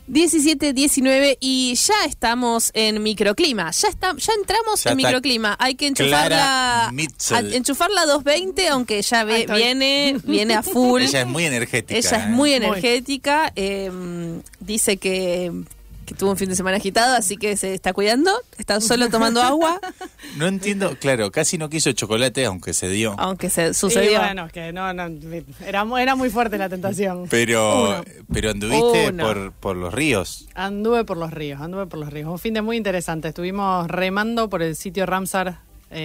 17:19 y ya estamos en microclima. Ya entramos en microclima. Hay que enchufarla 220, aunque ya viene a full. Ella es muy energética. Ella es muy energética. Dice que tuvo un fin de semana agitado, así que se está cuidando. Está solo tomando agua. No entiendo, claro, casi no quiso chocolate, aunque se dio. Aunque se sucedió. Y bueno, que no, era muy fuerte la tentación. Pero anduviste por los ríos. Anduve por los ríos. Un fin de muy interesante. Estuvimos remando por el sitio Ramsar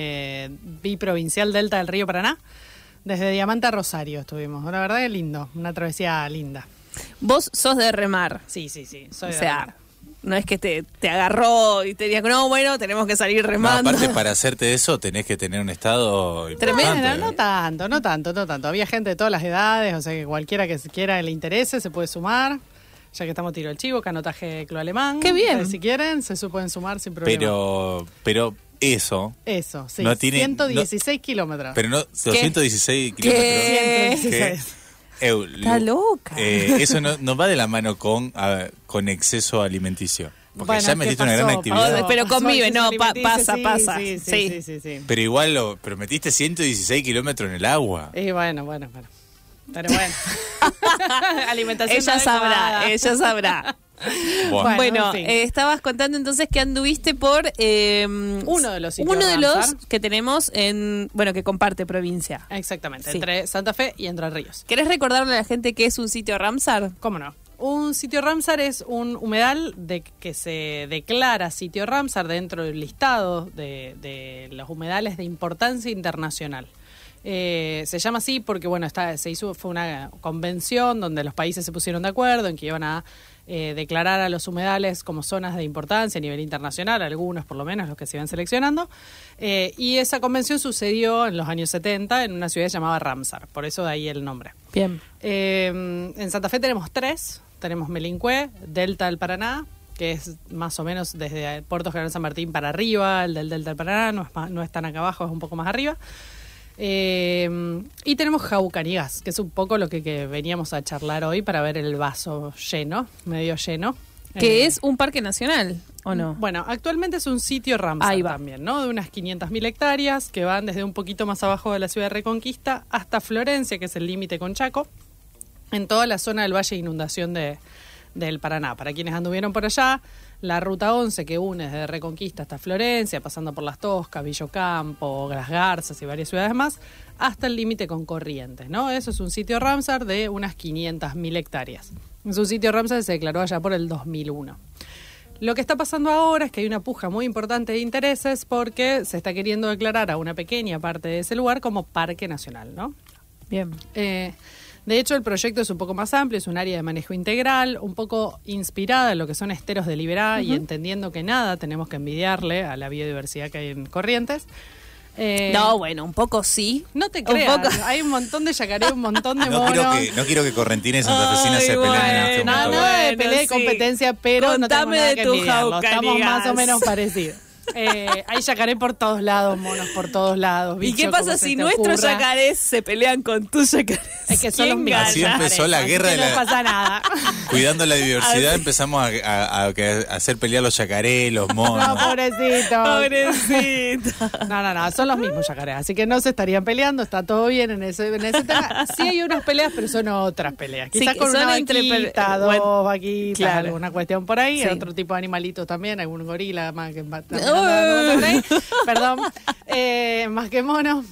biprovincial Delta del Río Paraná. Desde Diamante a Rosario estuvimos. La verdad es lindo, una travesía linda. Vos sos de remar. Sí, soy de remar. No es que te agarró y te diría, no, bueno, tenemos que salir remando. No, aparte, para hacerte eso tenés que tener un estado tremendo. No tanto. Había gente de todas las edades, o sea que cualquiera que quiera le interese se puede sumar. Ya que estamos tiro el chivo, canotaje club alemán. ¡Qué bien! Si quieren, se pueden sumar sin problema. Pero eso, sí. No tiene, 116 kilómetros. Pero no, 216 kilómetros. ¿Qué? 116. Está loca. Eso no va de la mano con exceso alimenticio. Porque ya metiste una gran actividad. Pero convive, pasa. Sí. Pero igual pero metiste 116 kilómetros en el agua. Y bueno. Pero bueno. Alimentación. Ella sabrá. Bueno, en fin. Estabas contando entonces que anduviste por uno de los sitios que tenemos que comparte provincia. Exactamente, entre Santa Fe y Entre Ríos. ¿Querés recordarle a la gente qué es un sitio Ramsar? ¿Cómo no? Un sitio Ramsar es un humedal que se declara sitio Ramsar dentro del listado de los humedales de importancia internacional. Se llama así porque fue una convención donde los países se pusieron de acuerdo en que iban a declarar a los humedales como zonas de importancia a nivel internacional, algunos por lo menos los que se iban seleccionando, y esa convención sucedió en los años 70 en una ciudad llamada Ramsar, por eso de ahí el nombre. Bien. En Santa Fe tenemos 3, tenemos Melincue, Delta del Paraná, que es más o menos desde Puerto General San Martín para arriba, el del Delta del Paraná no es tan acá abajo, es un poco más arriba. Y tenemos Jaucanigas, que es un poco lo que veníamos a charlar hoy para ver el vaso medio lleno. Que es un parque nacional, ¿o no? Bueno, actualmente es un sitio Ramsar también, ¿no? De unas 500.000 hectáreas que van desde un poquito más abajo de la ciudad de Reconquista hasta Florencia, que es el límite con Chaco, en toda la zona del valle de inundación del Paraná. Para quienes anduvieron por allá, la ruta 11 que une desde Reconquista hasta Florencia, pasando por Las Toscas, Villocampo, Las Garzas y varias ciudades más, hasta el límite con Corrientes, ¿no? Eso es un sitio Ramsar de unas 500.000 hectáreas. Es un sitio Ramsar que se declaró allá por el 2001. Lo que está pasando ahora es que hay una puja muy importante de intereses porque se está queriendo declarar a una pequeña parte de ese lugar como parque nacional, ¿no? Bien. De hecho, el proyecto es un poco más amplio, es un área de manejo integral, un poco inspirada en lo que son esteros de Liberá y entendiendo que nada tenemos que envidiarle a la biodiversidad que hay en Corrientes. Un poco sí. No te creas, hay un montón de yacaré, un montón de monos. No quiero que Correntina y Santafesina se peleen en este momento. Nada de pelea y competencia, pero no tenemos nada que envidiarlo. Estamos más o menos parecidos. Hay yacaré por todos lados, monos por todos lados. ¿Y qué pasa si nuestros yacarés se pelean con tus yacarés? Es que son los mismos. Así empezó la guerra de no pasa nada. Cuidando la diversidad empezamos a hacer pelear los yacarés, los monos. No, pobrecito. No, son los mismos yacarés, así que no se estarían peleando, está todo bien en ese tema. Sí hay unas peleas, pero son otras peleas. Quizás con una vaquita, dos vaquitas, alguna cuestión por ahí, otro tipo de animalitos también, algún gorila más que perdón, más que mono.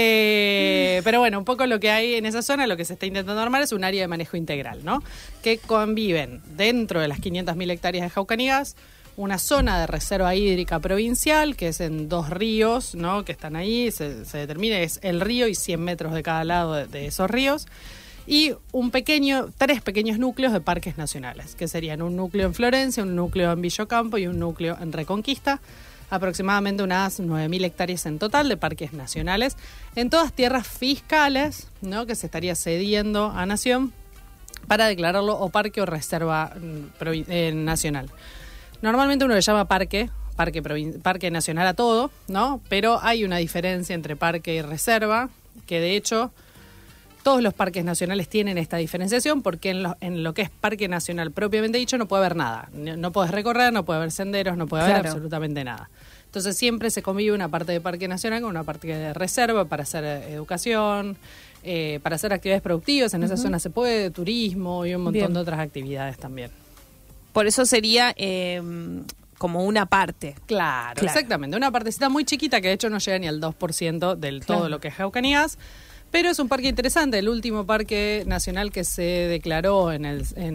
Pero bueno, un poco lo que hay en esa zona, lo que se está intentando armar es un área de manejo integral, ¿no? Que conviven dentro de las 500.000 hectáreas de Jaucanigas una zona de reserva hídrica provincial, que es en 2 ríos, ¿no? Que están ahí, se determina, es el río y 100 metros de cada lado de esos ríos. Y 3 pequeños núcleos de parques nacionales, que serían un núcleo en Florencia, un núcleo en Villocampo y un núcleo en Reconquista, aproximadamente unas 9.000 hectáreas en total de parques nacionales, en todas tierras fiscales, ¿no? Que se estaría cediendo a Nación para declararlo o parque o reserva nacional. Normalmente uno le llama parque nacional a todo, ¿no? Pero hay una diferencia entre parque y reserva, que de hecho todos los parques nacionales tienen esta diferenciación porque en lo que es parque nacional propiamente dicho no puede haber nada. No puedes recorrer, no puede haber senderos, no puede haber absolutamente nada. Entonces siempre se convive una parte de parque nacional con una parte de reserva para hacer educación, para hacer actividades productivas. En esa zona se puede, turismo y un montón de otras actividades también. Por eso sería como una parte. Claro, exactamente. Una partecita muy chiquita que de hecho no llega ni al 2% del todo lo que es Jaucanías. Pero es un parque interesante, el último parque nacional que se declaró en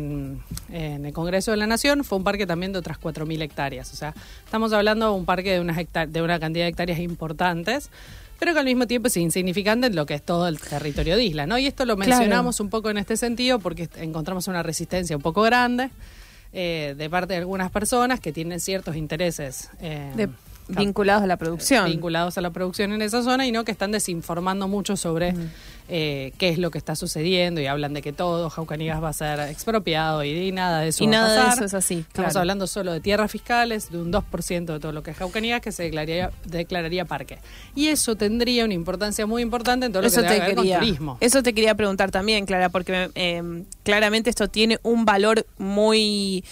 el Congreso de la Nación fue un parque también de otras 4.000 hectáreas. O sea, estamos hablando de un parque de una cantidad de hectáreas importantes, pero que al mismo tiempo es insignificante en lo que es todo el territorio de isla, ¿no? Y esto lo mencionamos un poco en este sentido porque encontramos una resistencia un poco grande de parte de algunas personas que tienen ciertos intereses vinculados a la producción. Vinculados a la producción en esa zona y no que están desinformando mucho sobre qué es lo que está sucediendo y hablan de que todo Jaucanías va a ser expropiado y nada de eso va a pasar. Y nada de eso es así. Estamos hablando solo de tierras fiscales, de un 2% de todo lo que es Jaucanías que se declararía parque. Y eso tendría una importancia muy importante en todo lo que tiene que ver con turismo. Eso te quería preguntar también, Clara, porque claramente esto tiene un valor muy...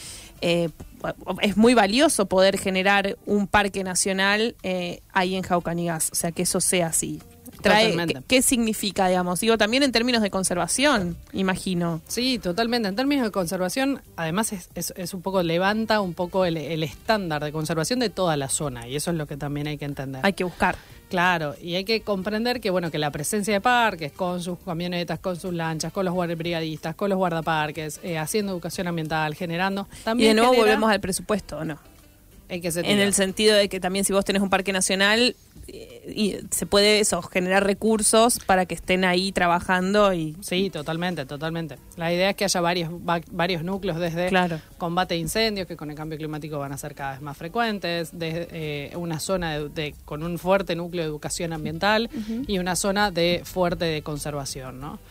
es muy valioso poder generar un parque nacional ahí en Jaucanías, o sea, que eso sea así. ¿Qué significa, digamos? Digo, también en términos de conservación, imagino. Sí, totalmente. En términos de conservación, además es un poco, levanta un poco el estándar de conservación de toda la zona, y eso es lo que también hay que entender. Hay que buscar. Claro, y hay que comprender que bueno que la presencia de parques, con sus camionetas, con sus lanchas, con los brigadistas, con los guardaparques, haciendo educación ambiental, generando... También y de nuevo volvemos al presupuesto, ¿o no? En el sentido de que también si vos tenés un parque nacional, y se puede generar recursos para que estén ahí trabajando. Sí, totalmente. La idea es que haya varios núcleos desde combate de incendios, que con el cambio climático van a ser cada vez más frecuentes, desde una zona con un fuerte núcleo de educación ambiental y una zona fuerte de conservación, ¿no?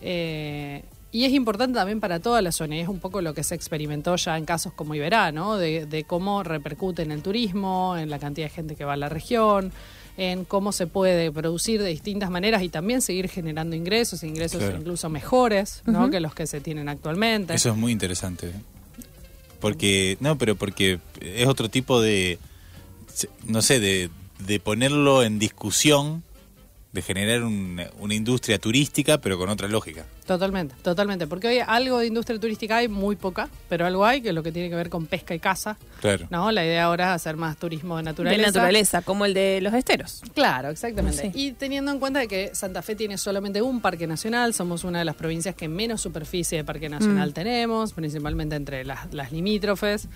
Y es importante también para toda la zona, y es un poco lo que se experimentó ya en casos como Iberá, ¿no? De cómo repercute en el turismo, en la cantidad de gente que va a la región, en cómo se puede producir de distintas maneras y también seguir generando ingresos incluso mejores, ¿no? Que los que se tienen actualmente. Eso es muy interesante, porque es otro tipo de, no sé, de ponerlo en discusión, de generar una industria turística, pero con otra lógica. Totalmente, porque hoy algo de industria turística hay, muy poca, pero algo hay, que es lo que tiene que ver con pesca y caza. Claro. ¿No? La idea ahora es hacer más turismo de naturaleza. De naturaleza, como el de los esteros. Claro, exactamente. Sí. Y teniendo en cuenta de que Santa Fe tiene solamente un parque nacional, somos una de las provincias que menos superficie de parque nacional tenemos, principalmente entre las limítrofes.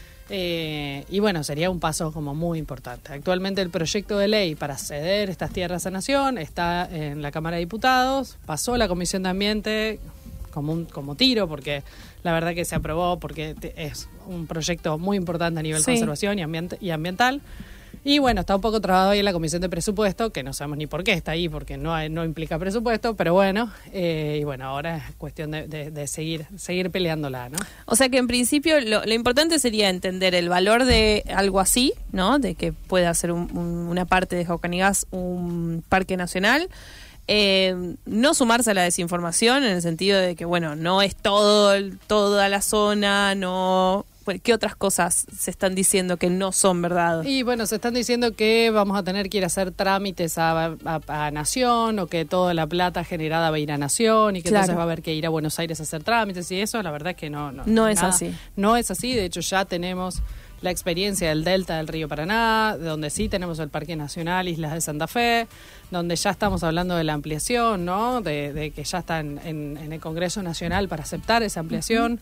Y bueno, sería un paso como muy importante. Actualmente el proyecto de ley para ceder estas tierras a Nación está en la Cámara de Diputados, pasó la Comisión de Ambiente como tiro, porque la verdad que se aprobó porque es un proyecto muy importante a nivel conservación y ambiental. Y bueno, está un poco trabado ahí en la Comisión de Presupuesto, que no sabemos ni por qué está ahí, porque no implica presupuesto, pero bueno, y bueno, ahora es cuestión de seguir peleándola, ¿no? O sea que en principio lo importante sería entender el valor de algo así, ¿no? De que pueda ser una parte de Jaucanías un parque nacional. No sumarse a la desinformación en el sentido de que, bueno, no es toda la zona, no... ¿Qué otras cosas se están diciendo que no son verdad? Y bueno, se están diciendo que vamos a tener que ir a hacer trámites a Nación, o que toda la plata generada va a ir a Nación, y que entonces va a haber que ir a Buenos Aires a hacer trámites, y eso la verdad es que no es así. No es así, de hecho ya tenemos la experiencia del delta del río Paraná, donde sí tenemos el Parque Nacional Islas de Santa Fe, donde ya estamos hablando de la ampliación, ¿no? De que ya está en el Congreso Nacional para aceptar esa ampliación.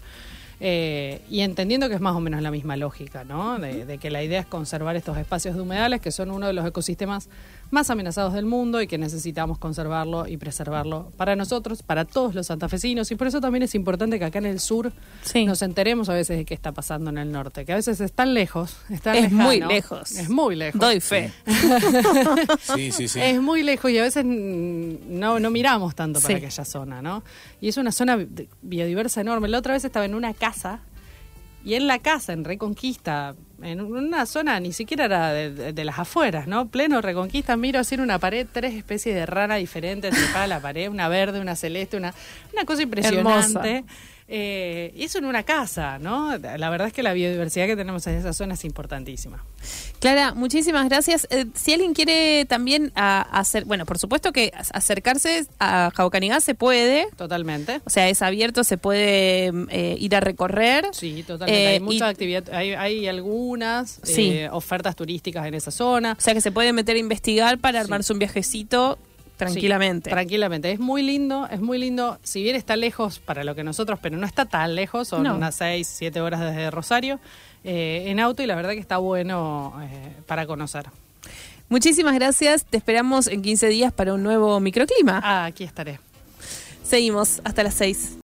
Y entendiendo que es más o menos la misma lógica, ¿no? De que la idea es conservar estos espacios de humedales, que son uno de los ecosistemas más amenazados del mundo y que necesitamos conservarlo y preservarlo para nosotros, para todos los santafesinos, y por eso también es importante que acá en el sur nos enteremos a veces de qué está pasando en el norte, que a veces es tan lejos, es muy lejos. Es muy lejos. Doy fe. Sí. Es muy lejos y a veces no miramos tanto para aquella zona, ¿no? Y es una zona biodiversa enorme. La otra vez estaba en una casa Y en la casa, en Reconquista, en una zona ni siquiera era de las afueras, ¿no? Pleno Reconquista, miro así en una pared 3 especies de rana diferentes trepadas a la pared, una verde, una celeste, una cosa impresionante. Hermosa. Y eso en una casa, ¿no? La verdad es que la biodiversidad que tenemos en esa zona es importantísima. Clara, muchísimas gracias. Si alguien quiere también hacer, bueno, por supuesto que acercarse a Jaucanigá se puede. Totalmente. O sea, es abierto, se puede ir a recorrer. Sí, totalmente. Hay mucha actividad, hay algunas ofertas turísticas en esa zona. O sea, que se puede meter a investigar para armarse un viajecito tranquilamente. Sí, tranquilamente. Es muy lindo. Si bien está lejos para lo que nosotros, pero no está tan lejos, son unas 6-7 horas desde Rosario en auto, y la verdad que está bueno para conocer. Muchísimas gracias. Te esperamos en 15 días para un nuevo microclima. Aquí estaré. Seguimos hasta las 6.